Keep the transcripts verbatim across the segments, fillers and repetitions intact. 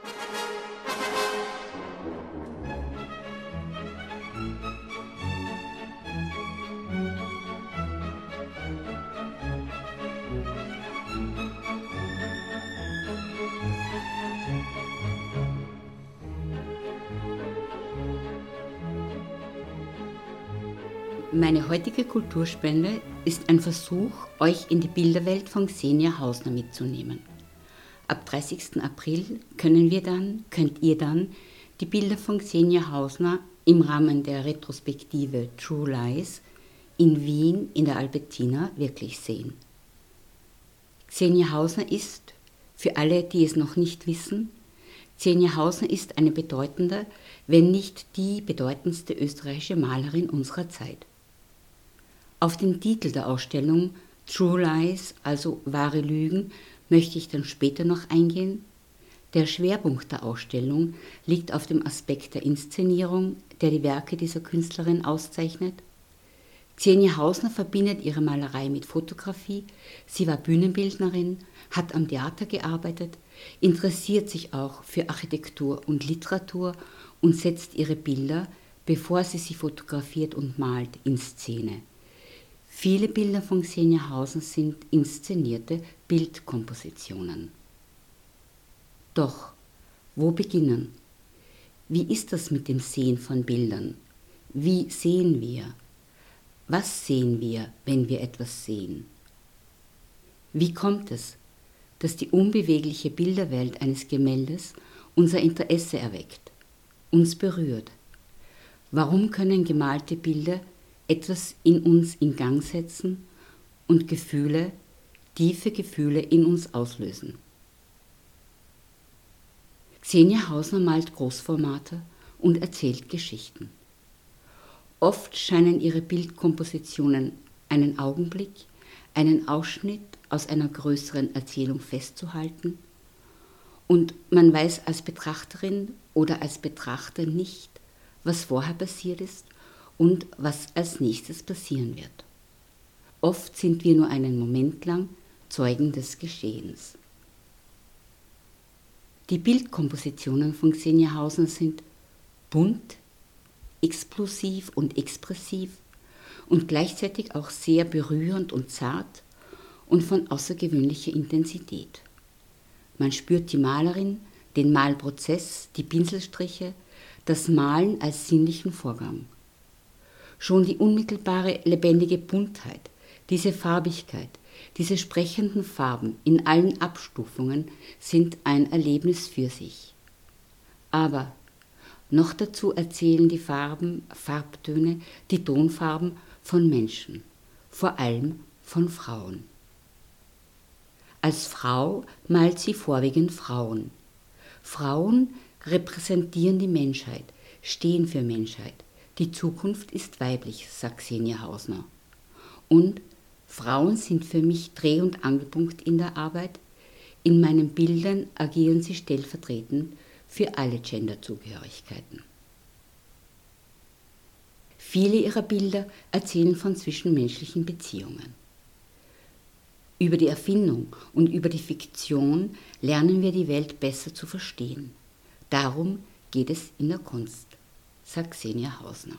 Meine heutige Kulturspende ist ein Versuch, euch in die Bilderwelt von Xenia Hausner mitzunehmen. Ab dreißigsten April können wir dann, könnt ihr dann die Bilder von Xenia Hausner im Rahmen der Retrospektive True Lies in Wien in der Albertina wirklich sehen. Xenia Hausner ist, für alle, die es noch nicht wissen, Xenia Hausner ist eine bedeutende, wenn nicht die bedeutendste österreichische Malerin unserer Zeit. Auf den Titel der Ausstellung True Lies, also wahre Lügen, möchte ich dann später noch eingehen. Der Schwerpunkt der Ausstellung liegt auf dem Aspekt der Inszenierung, der die Werke dieser Künstlerin auszeichnet. Xenia Hausner verbindet ihre Malerei mit Fotografie, sie war Bühnenbildnerin, hat am Theater gearbeitet, interessiert sich auch für Architektur und Literatur und setzt ihre Bilder, bevor sie sie fotografiert und malt, in Szene. Viele Bilder von Xenia Hausner sind inszenierte Bildkompositionen. Doch, wo beginnen? Wie ist das mit dem Sehen von Bildern? Wie sehen wir? Was sehen wir, wenn wir etwas sehen? Wie kommt es, dass die unbewegliche Bilderwelt eines Gemäldes unser Interesse erweckt, uns berührt? Warum können gemalte Bilder etwas in uns in Gang setzen und Gefühle, tiefe Gefühle in uns auslösen? Xenia Hausner malt Großformate und erzählt Geschichten. Oft scheinen ihre Bildkompositionen einen Augenblick, einen Ausschnitt aus einer größeren Erzählung festzuhalten und man weiß als Betrachterin oder als Betrachter nicht, was vorher passiert ist und was als nächstes passieren wird. Oft sind wir nur einen Moment lang Zeugen des Geschehens. Die Bildkompositionen von Xenia Hausner sind bunt, explosiv und expressiv und gleichzeitig auch sehr berührend und zart und von außergewöhnlicher Intensität. Man spürt die Malerin, den Malprozess, die Pinselstriche, das Malen als sinnlichen Vorgang. Schon die unmittelbare lebendige Buntheit, diese Farbigkeit, diese sprechenden Farben in allen Abstufungen sind ein Erlebnis für sich. Aber noch dazu erzählen die Farben, Farbtöne, die Tonfarben von Menschen, vor allem von Frauen. Als Frau malt sie vorwiegend Frauen. Frauen repräsentieren die Menschheit, stehen für Menschheit. Die Zukunft ist weiblich, sagt Xenia Hausner. Und Frauen sind für mich Dreh- und Angelpunkt in der Arbeit. In meinen Bildern agieren sie stellvertretend für alle Genderzugehörigkeiten. Viele ihrer Bilder erzählen von zwischenmenschlichen Beziehungen. Über die Erfindung und über die Fiktion lernen wir die Welt besser zu verstehen. Darum geht es in der Kunst, sagt Xenia Hausner.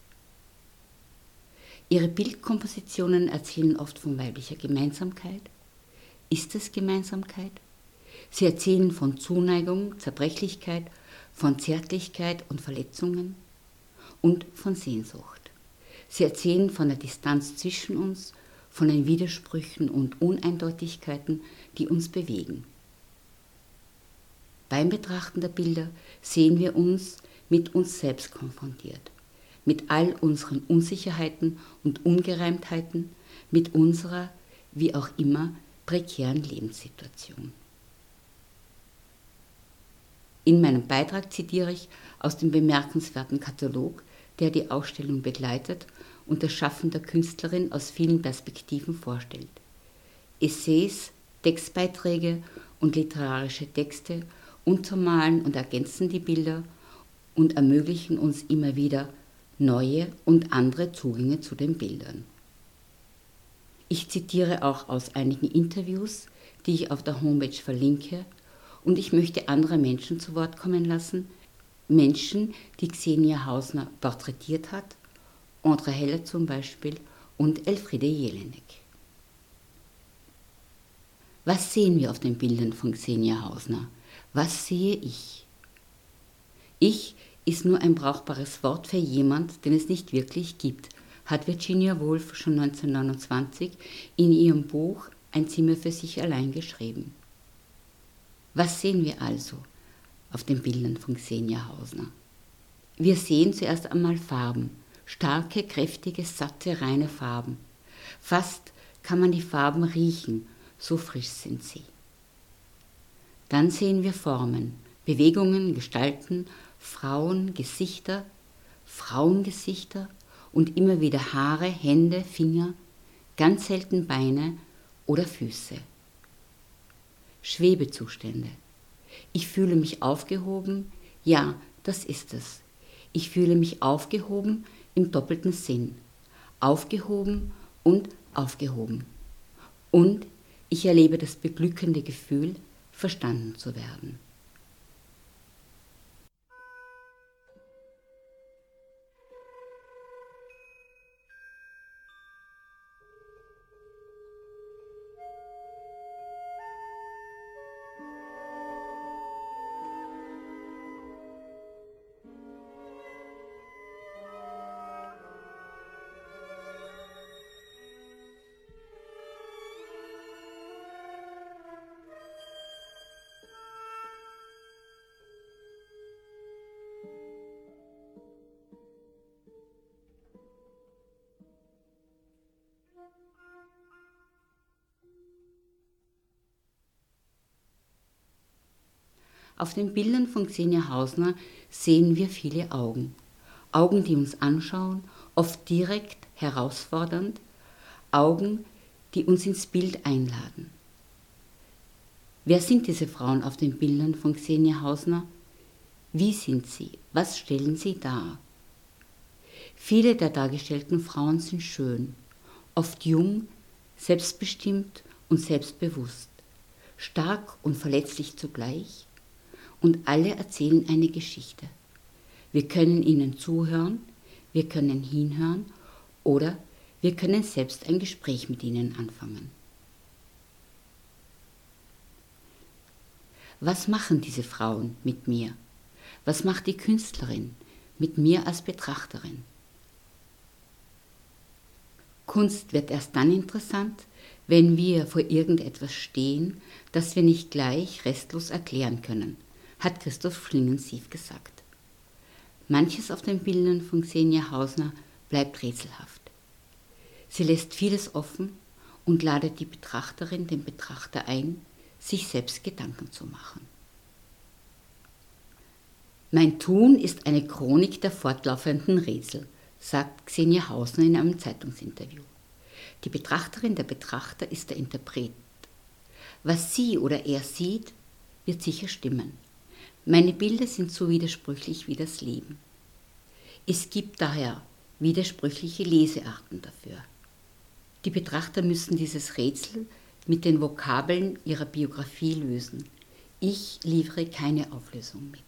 Ihre Bildkompositionen erzählen oft von weiblicher Gemeinsamkeit. Ist es Gemeinsamkeit? Sie erzählen von Zuneigung, Zerbrechlichkeit, von Zärtlichkeit und Verletzungen und von Sehnsucht. Sie erzählen von der Distanz zwischen uns, von den Widersprüchen und Uneindeutigkeiten, die uns bewegen. Beim Betrachten der Bilder sehen wir uns mit uns selbst konfrontiert, mit all unseren Unsicherheiten und Ungereimtheiten, mit unserer, wie auch immer, prekären Lebenssituation. In meinem Beitrag zitiere ich aus dem bemerkenswerten Katalog, der die Ausstellung begleitet und das Schaffen der Künstlerin aus vielen Perspektiven vorstellt. Essays, Textbeiträge und literarische Texte untermalen und ergänzen die Bilder und ermöglichen uns immer wieder neue und andere Zugänge zu den Bildern. Ich zitiere auch aus einigen Interviews, die ich auf der Homepage verlinke, und ich möchte andere Menschen zu Wort kommen lassen, Menschen, die Xenia Hausner porträtiert hat, André Heller zum Beispiel und Elfriede Jelinek. Was sehen wir auf den Bildern von Xenia Hausner? Was sehe ich? Ich ist nur ein brauchbares Wort für jemand, den es nicht wirklich gibt, hat Virginia Woolf schon neunzehnhundertneunundzwanzig in ihrem Buch Ein Zimmer für sich allein geschrieben. Was sehen wir also auf den Bildern von Xenia Hausner? Wir sehen zuerst einmal Farben, starke, kräftige, satte, reine Farben. Fast kann man die Farben riechen, so frisch sind sie. Dann sehen wir Formen, Bewegungen, Gestalten, Frauen, Gesichter, Frauengesichter und immer wieder Haare, Hände, Finger, ganz selten Beine oder Füße. Schwebezustände. Ich fühle mich aufgehoben, ja, das ist es. Ich fühle mich aufgehoben im doppelten Sinn. Aufgehoben und aufgehoben. Und ich erlebe das beglückende Gefühl, verstanden zu werden. Auf den Bildern von Xenia Hausner sehen wir viele Augen. Augen, die uns anschauen, oft direkt, herausfordernd. Augen, die uns ins Bild einladen. Wer sind diese Frauen auf den Bildern von Xenia Hausner? Wie sind sie? Was stellen sie dar? Viele der dargestellten Frauen sind schön, oft jung, selbstbestimmt und selbstbewusst, stark und verletzlich zugleich. Und alle erzählen eine Geschichte. Wir können ihnen zuhören, wir können hinhören oder wir können selbst ein Gespräch mit ihnen anfangen. Was machen diese Frauen mit mir? Was macht die Künstlerin mit mir als Betrachterin? Kunst wird erst dann interessant, wenn wir vor irgendetwas stehen, das wir nicht gleich restlos erklären können, hat Christoph Schlingensief gesagt. Manches auf den Bildern von Xenia Hausner bleibt rätselhaft. Sie lässt vieles offen und ladet die Betrachterin, den Betrachter ein, sich selbst Gedanken zu machen. Mein Tun ist eine Chronik der fortlaufenden Rätsel, sagt Xenia Hausner in einem Zeitungsinterview. Die Betrachterin, der Betrachter ist der Interpret. Was sie oder er sieht, wird sicher stimmen. Meine Bilder sind so widersprüchlich wie das Leben. Es gibt daher widersprüchliche Lesearten dafür. Die Betrachter müssen dieses Rätsel mit den Vokabeln ihrer Biografie lösen. Ich liefere keine Auflösung mit.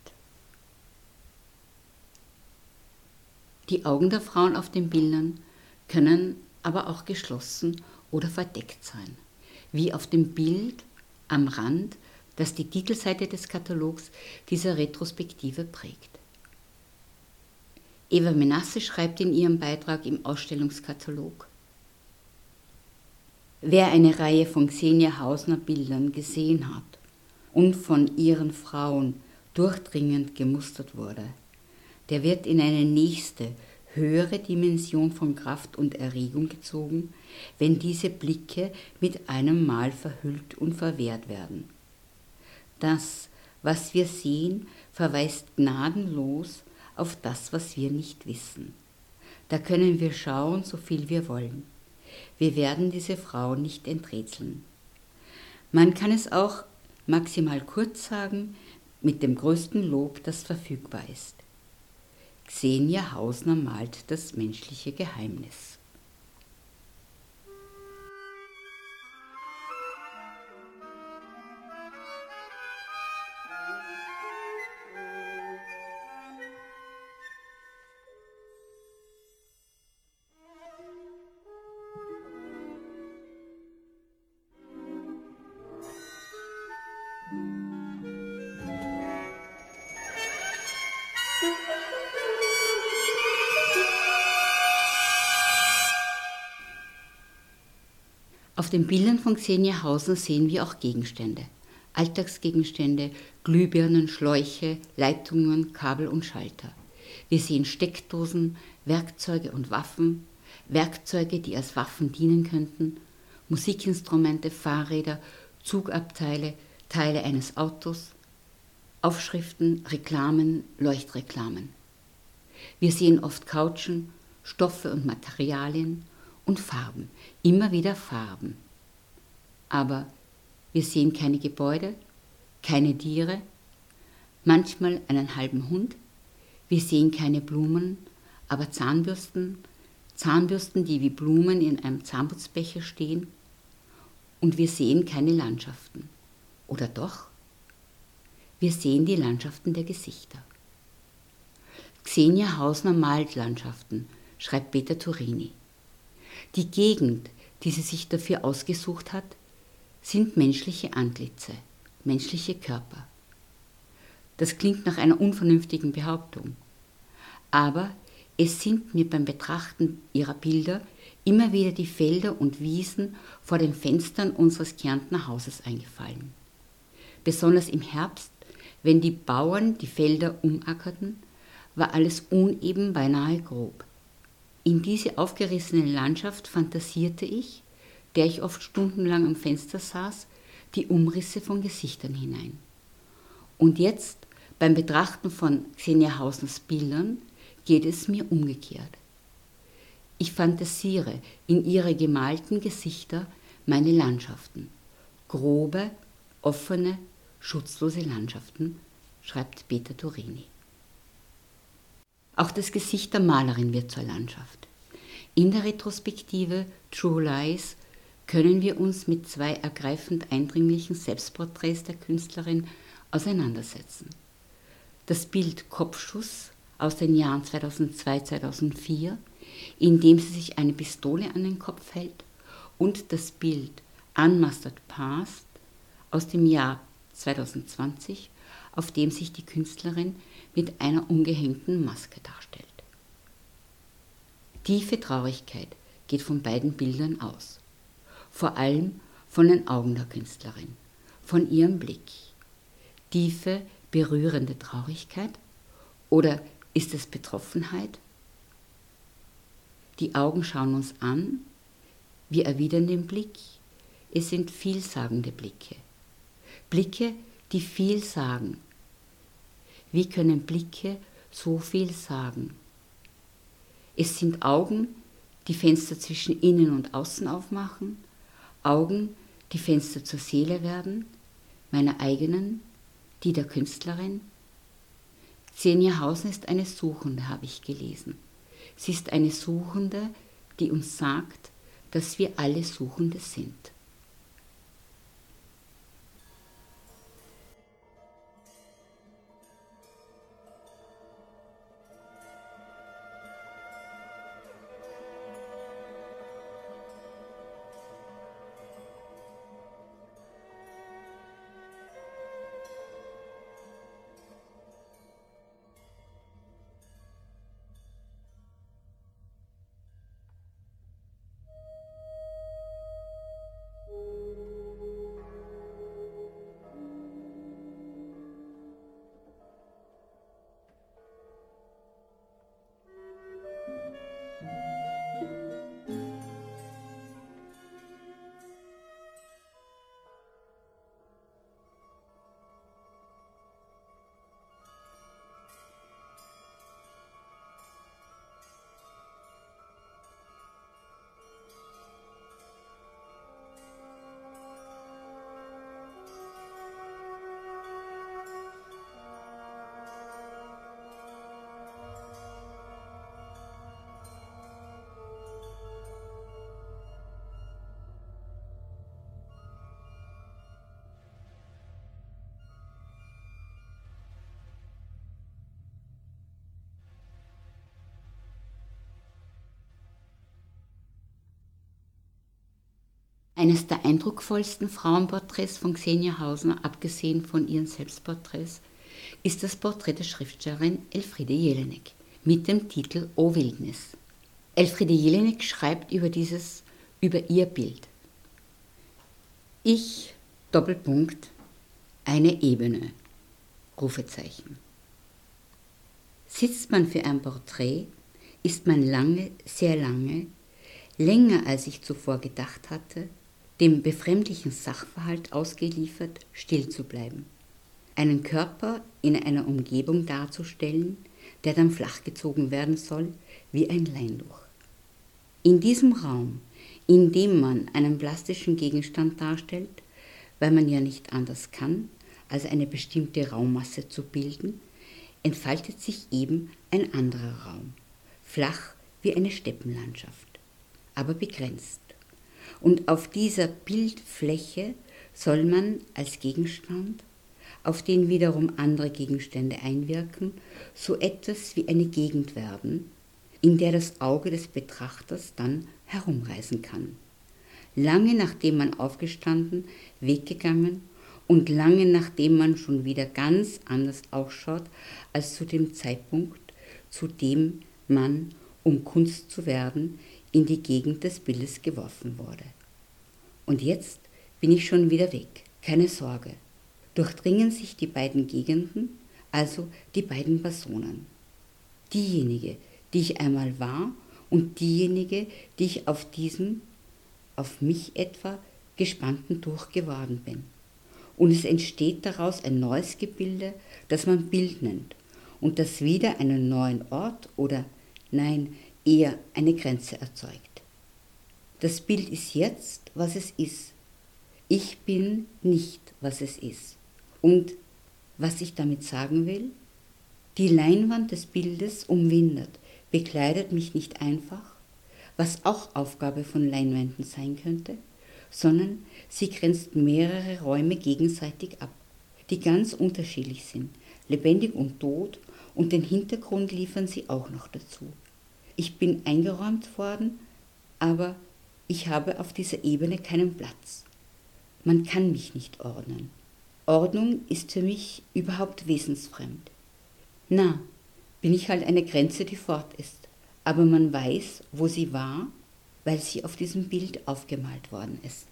Die Augen der Frauen auf den Bildern können aber auch geschlossen oder verdeckt sein, wie auf dem Bild am Rand, das die Titelseite des Katalogs dieser Retrospektive prägt. Eva Menasse schreibt in ihrem Beitrag im Ausstellungskatalog: Wer eine Reihe von Xenia Hausner Bildern gesehen hat und von ihren Frauen durchdringend gemustert wurde, der wird in eine nächste, höhere Dimension von Kraft und Erregung gezogen, wenn diese Blicke mit einem Mal verhüllt und verwehrt werden. Das, was wir sehen, verweist gnadenlos auf das, was wir nicht wissen. Da können wir schauen, so viel wir wollen. Wir werden diese Frau nicht enträtseln. Man kann es auch maximal kurz sagen, mit dem größten Lob, das verfügbar ist. Xenia Hausner malt das menschliche Geheimnis. Auf den Bildern von Xenia Hausner sehen wir auch Gegenstände. Alltagsgegenstände, Glühbirnen, Schläuche, Leitungen, Kabel und Schalter. Wir sehen Steckdosen, Werkzeuge und Waffen, Werkzeuge, die als Waffen dienen könnten, Musikinstrumente, Fahrräder, Zugabteile, Teile eines Autos, Aufschriften, Reklamen, Leuchtreklamen. Wir sehen oft Couchen, Stoffe und Materialien und Farben, immer wieder Farben. Aber wir sehen keine Gebäude, keine Tiere, manchmal einen halben Hund. Wir sehen keine Blumen, aber Zahnbürsten, Zahnbürsten, die wie Blumen in einem Zahnputzbecher stehen. Und wir sehen keine Landschaften. Oder doch? Wir sehen die Landschaften der Gesichter. Xenia Hausner malt Landschaften, schreibt Peter Turini. Die Gegend, die sie sich dafür ausgesucht hat, sind menschliche Antlitze, menschliche Körper. Das klingt nach einer unvernünftigen Behauptung. Aber es sind mir beim Betrachten ihrer Bilder immer wieder die Felder und Wiesen vor den Fenstern unseres Kärntner Hauses eingefallen. Besonders im Herbst, wenn die Bauern die Felder umackerten, war alles uneben, beinahe grob. In diese aufgerissene Landschaft fantasierte ich, der ich oft stundenlang am Fenster saß, die Umrisse von Gesichtern hinein. Und jetzt, beim Betrachten von Xenia Hausners Bildern, geht es mir umgekehrt. Ich fantasiere in ihre gemalten Gesichter meine Landschaften, grobe, offene, schutzlose Landschaften, schreibt Peter Turini. Auch das Gesicht der Malerin wird zur Landschaft. In der Retrospektive True Lies können wir uns mit zwei ergreifend eindringlichen Selbstporträts der Künstlerin auseinandersetzen. Das Bild Kopfschuss aus den Jahren zweitausendzwei bis zweitausendvier, in dem sie sich eine Pistole an den Kopf hält, und das Bild Unmastered Past aus dem Jahr zweitausendzwanzig, auf dem sich die Künstlerin mit einer umgehängten Maske darstellt. Tiefe Traurigkeit geht von beiden Bildern aus. Vor allem von den Augen der Künstlerin, von ihrem Blick. Tiefe, berührende Traurigkeit? Oder ist es Betroffenheit? Die Augen schauen uns an, wir erwidern den Blick. Es sind vielsagende Blicke. Blicke, die viel sagen. Wie können Blicke so viel sagen? Es sind Augen, die Fenster zwischen innen und außen aufmachen, Augen, die Fenster zur Seele werden, meiner eigenen, die der Künstlerin. Xenia Hausner ist eine Suchende, habe ich gelesen. Sie ist eine Suchende, die uns sagt, dass wir alle Suchende sind. Eines der eindrucksvollsten Frauenporträts von Xenia Hausner, abgesehen von ihren Selbstporträts, ist das Porträt der Schriftstellerin Elfriede Jelinek mit dem Titel O Wildnis. Elfriede Jelinek schreibt über dieses, über ihr Bild. Ich, Doppelpunkt, eine Ebene, Rufezeichen. Sitzt man für ein Porträt, ist man lange, sehr lange, länger als ich zuvor gedacht hatte, dem befremdlichen Sachverhalt ausgeliefert, still zu bleiben, einen Körper in einer Umgebung darzustellen, der dann flachgezogen werden soll wie ein Leintuch. In diesem Raum, in dem man einen plastischen Gegenstand darstellt, weil man ja nicht anders kann, als eine bestimmte Raummasse zu bilden, entfaltet sich eben ein anderer Raum, flach wie eine Steppenlandschaft, aber begrenzt. Und auf dieser Bildfläche soll man als Gegenstand, auf den wiederum andere Gegenstände einwirken, so etwas wie eine Gegend werden, in der das Auge des Betrachters dann herumreisen kann. Lange nachdem man aufgestanden, weggegangen und lange nachdem man schon wieder ganz anders ausschaut als zu dem Zeitpunkt, zu dem man, um Kunst zu werden, in die Gegend des Bildes geworfen wurde. Und jetzt bin ich schon wieder weg, keine Sorge. Durchdringen sich die beiden Gegenden, also die beiden Personen. Diejenige, die ich einmal war und diejenige, die ich auf diesem, auf mich etwa, gespannten Tuch geworden bin. Und es entsteht daraus ein neues Gebilde, das man Bild nennt und das wieder einen neuen Ort oder, nein, eher eine Grenze erzeugt. Das Bild ist jetzt, was es ist. Ich bin nicht, was es ist. Und was ich damit sagen will? Die Leinwand des Bildes umwindet, bekleidet mich nicht einfach, was auch Aufgabe von Leinwänden sein könnte, sondern sie grenzt mehrere Räume gegenseitig ab, die ganz unterschiedlich sind, lebendig und tot, und den Hintergrund liefern sie auch noch dazu. Ich bin eingeräumt worden, aber ich habe auf dieser Ebene keinen Platz. Man kann mich nicht ordnen. Ordnung ist für mich überhaupt wesensfremd. Na, bin ich halt eine Grenze, die fort ist, aber man weiß, wo sie war, weil sie auf diesem Bild aufgemalt worden ist.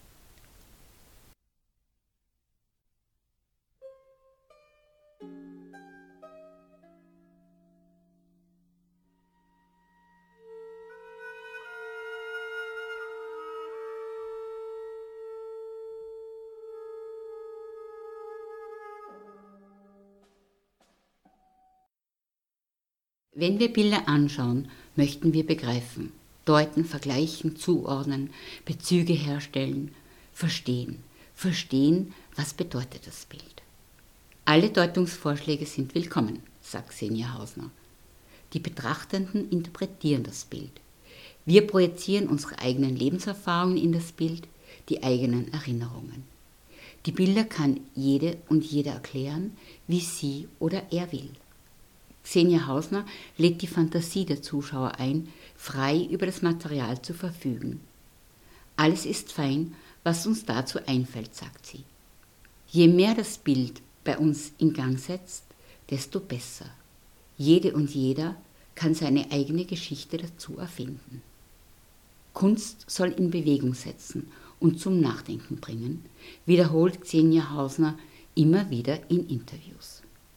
Wenn wir Bilder anschauen, möchten wir begreifen, deuten, vergleichen, zuordnen, Bezüge herstellen, verstehen. Verstehen, was bedeutet das Bild. Alle Deutungsvorschläge sind willkommen, sagt Xenia Hausner. Die Betrachtenden interpretieren das Bild. Wir projizieren unsere eigenen Lebenserfahrungen in das Bild, die eigenen Erinnerungen. Die Bilder kann jede und jeder erklären, wie sie oder er will. Xenia Hausner lädt die Fantasie der Zuschauer ein, frei über das Material zu verfügen. Alles ist fein, was uns dazu einfällt, sagt sie. Je mehr das Bild bei uns in Gang setzt, desto besser. Jede und jeder kann seine eigene Geschichte dazu erfinden. Kunst soll in Bewegung setzen und zum Nachdenken bringen, wiederholt Xenia Hausner immer wieder in Interviews.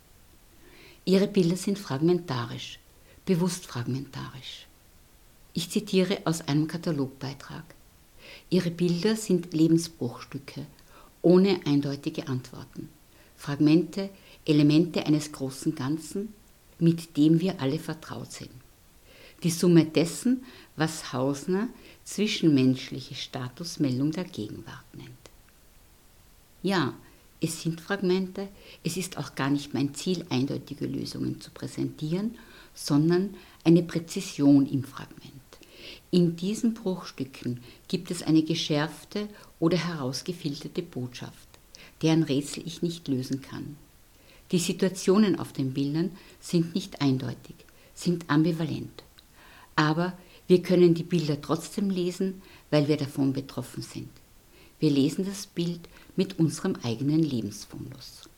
Ihre Bilder sind fragmentarisch, bewusst fragmentarisch. Ich zitiere aus einem Katalogbeitrag. Ihre Bilder sind Lebensbruchstücke, ohne eindeutige Antworten. Fragmente, Elemente eines großen Ganzen, mit dem wir alle vertraut sind. Die Summe dessen, was Hausner zwischenmenschliche Statusmeldung der Gegenwart nennt. Ja, es sind Fragmente, es ist auch gar nicht mein Ziel, eindeutige Lösungen zu präsentieren, sondern eine Präzision im Fragment. In diesen Bruchstücken gibt es eine geschärfte oder herausgefilterte Botschaft, deren Rätsel ich nicht lösen kann. Die Situationen auf den Bildern sind nicht eindeutig, sind ambivalent. Aber wir können die Bilder trotzdem lesen, weil wir davon betroffen sind. Wir lesen das Bild mit unserem eigenen Lebensfundus.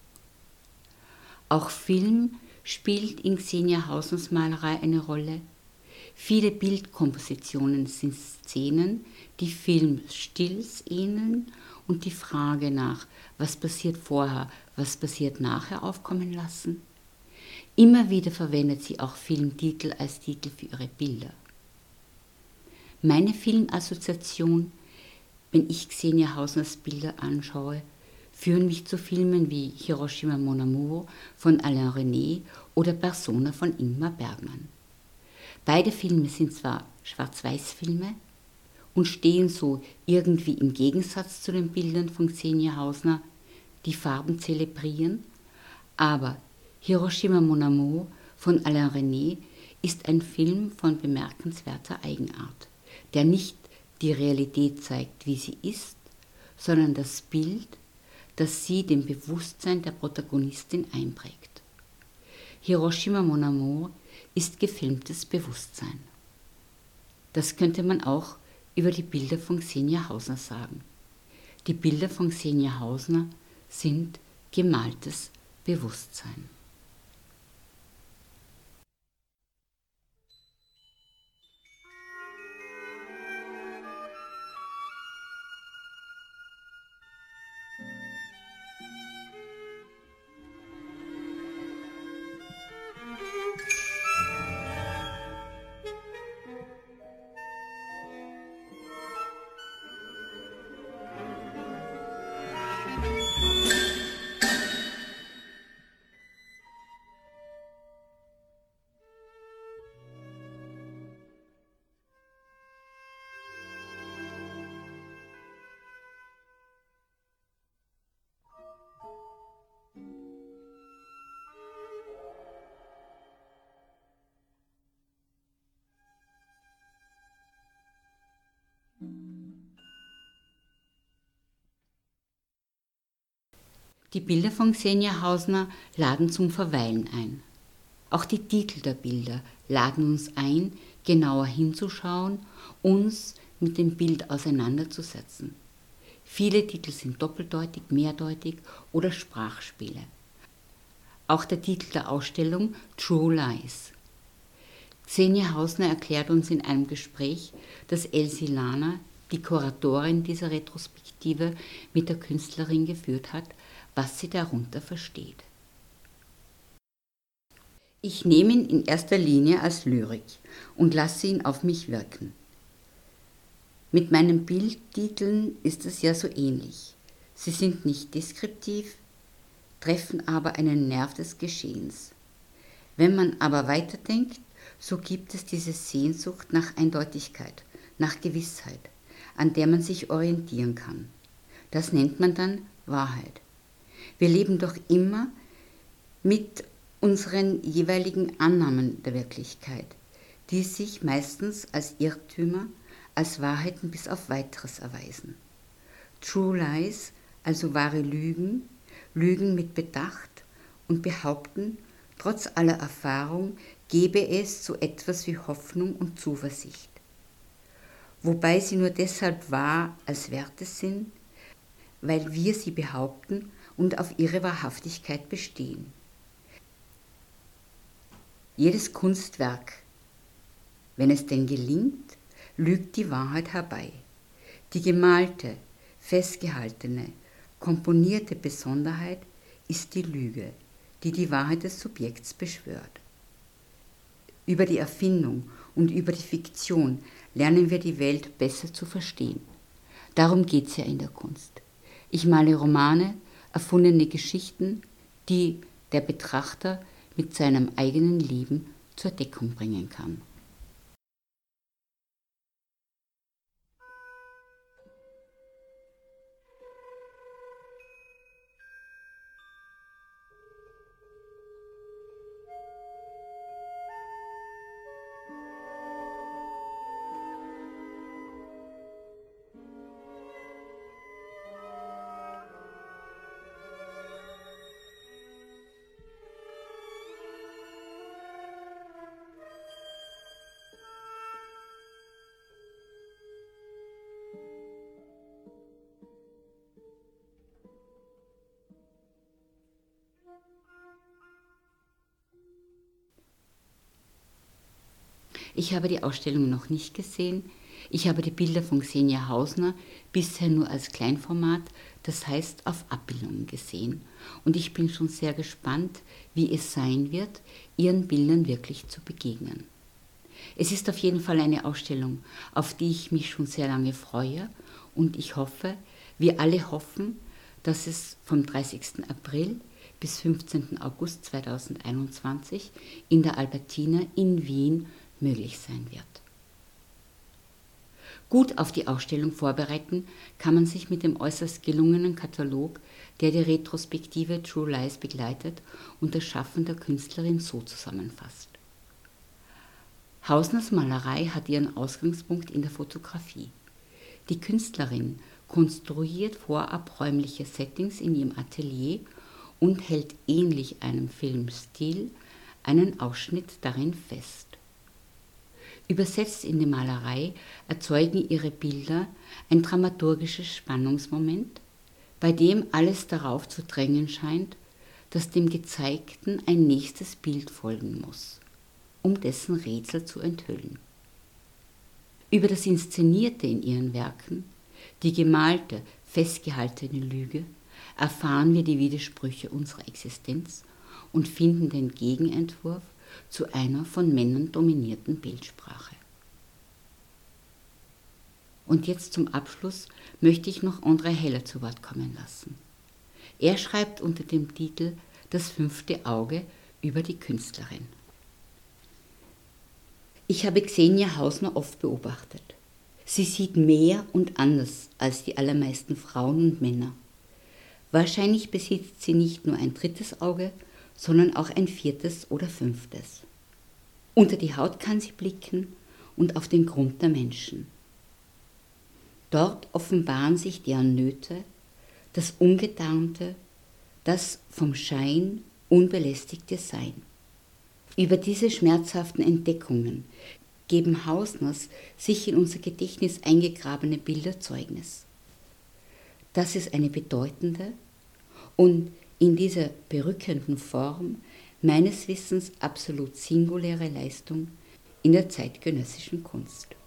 Auch Film spielt in Xenia Hausners Malerei eine Rolle. Viele Bildkompositionen sind Szenen, die Filmstils ähneln und die Frage nach, was passiert vorher, was passiert nachher, aufkommen lassen. Immer wieder verwendet sie auch Filmtitel als Titel für ihre Bilder. Meine Filmassoziation, wenn ich Xenia Hausners Bilder anschaue, führen mich zu Filmen wie Hiroshima Mon Amour von Alain René oder Persona von Ingmar Bergman. Beide Filme sind zwar Schwarz-Weiß-Filme und stehen so irgendwie im Gegensatz zu den Bildern von Xenia Hausner, die Farben zelebrieren, aber Hiroshima Mon Amour von Alain René ist ein Film von bemerkenswerter Eigenart, der nicht die Realität zeigt, wie sie ist, sondern das Bild, das sie dem Bewusstsein der Protagonistin einprägt. Hiroshima Mon Amour ist gefilmtes Bewusstsein. Das könnte man auch über die Bilder von Xenia Hausner sagen. Die Bilder von Xenia Hausner sind gemaltes Bewusstsein. Die Bilder von Xenia Hausner laden zum Verweilen ein. Auch die Titel der Bilder laden uns ein, genauer hinzuschauen, uns mit dem Bild auseinanderzusetzen. Viele Titel sind doppeldeutig, mehrdeutig oder Sprachspiele. Auch der Titel der Ausstellung True Lies. Xenia Hausner erklärt uns in einem Gespräch, dass Elsie Lana, die Kuratorin dieser Retrospektive, mit der Künstlerin geführt hat, was sie darunter versteht. Ich nehme ihn in erster Linie als Lyrik und lasse ihn auf mich wirken. Mit meinen Bildtiteln ist es ja so ähnlich. Sie sind nicht deskriptiv, treffen aber einen Nerv des Geschehens. Wenn man aber weiterdenkt, so gibt es diese Sehnsucht nach Eindeutigkeit, nach Gewissheit, an der man sich orientieren kann. Das nennt man dann Wahrheit. Wir leben doch immer mit unseren jeweiligen Annahmen der Wirklichkeit, die sich meistens als Irrtümer, als Wahrheiten bis auf Weiteres erweisen. True Lies, also wahre Lügen, lügen mit Bedacht und behaupten, trotz aller Erfahrung gebe es so etwas wie Hoffnung und Zuversicht. Wobei sie nur deshalb wahr als Werte sind, weil wir sie behaupten und auf ihre Wahrhaftigkeit bestehen. Jedes Kunstwerk, wenn es denn gelingt, lügt die Wahrheit herbei. Die gemalte, festgehaltene, komponierte Besonderheit ist die Lüge, die die Wahrheit des Subjekts beschwört. Über die Erfindung und über die Fiktion lernen wir die Welt besser zu verstehen. Darum geht es ja in der Kunst. Ich male Romane, erfundene Geschichten, die der Betrachter mit seinem eigenen Leben zur Deckung bringen kann. Ich habe die Ausstellung noch nicht gesehen. Ich habe die Bilder von Xenia Hausner bisher nur als Kleinformat, das heißt auf Abbildungen gesehen. Und ich bin schon sehr gespannt, wie es sein wird, ihren Bildern wirklich zu begegnen. Es ist auf jeden Fall eine Ausstellung, auf die ich mich schon sehr lange freue, und ich hoffe, wir alle hoffen, dass es vom dreißigsten April bis fünfzehnten August zweitausendeinundzwanzig in der Albertina in Wien möglich sein wird. Gut auf die Ausstellung vorbereiten kann man sich mit dem äußerst gelungenen Katalog, der die Retrospektive True Lies begleitet und das Schaffen der Künstlerin so zusammenfasst. Hausners Malerei hat ihren Ausgangspunkt in der Fotografie. Die Künstlerin konstruiert vorab räumliche Settings in ihrem Atelier und hält ähnlich einem Filmstil einen Ausschnitt darin fest. Übersetzt in die Malerei erzeugen ihre Bilder ein dramaturgisches Spannungsmoment, bei dem alles darauf zu drängen scheint, dass dem Gezeigten ein nächstes Bild folgen muss, um dessen Rätsel zu enthüllen. Über das Inszenierte in ihren Werken, die gemalte, festgehaltene Lüge, erfahren wir die Widersprüche unserer Existenz und finden den Gegenentwurf zu einer von Männern dominierten Bildsprache. Und jetzt zum Abschluss möchte ich noch André Heller zu Wort kommen lassen. Er schreibt unter dem Titel Das fünfte Auge über die Künstlerin. Ich habe Xenia Hausner oft beobachtet. Sie sieht mehr und anders als die allermeisten Frauen und Männer. Wahrscheinlich besitzt sie nicht nur ein drittes Auge, sondern auch ein viertes oder fünftes. Unter die Haut kann sie blicken und auf den Grund der Menschen. Dort offenbaren sich deren Nöte, das Ungetarnte, das vom Schein unbelästigte Sein. Über diese schmerzhaften Entdeckungen geben Hausners sich in unser Gedächtnis eingegrabene Bilder Zeugnis. Das ist eine bedeutende und in dieser berückenden Form meines Wissens absolut singuläre Leistung in der zeitgenössischen Kunst.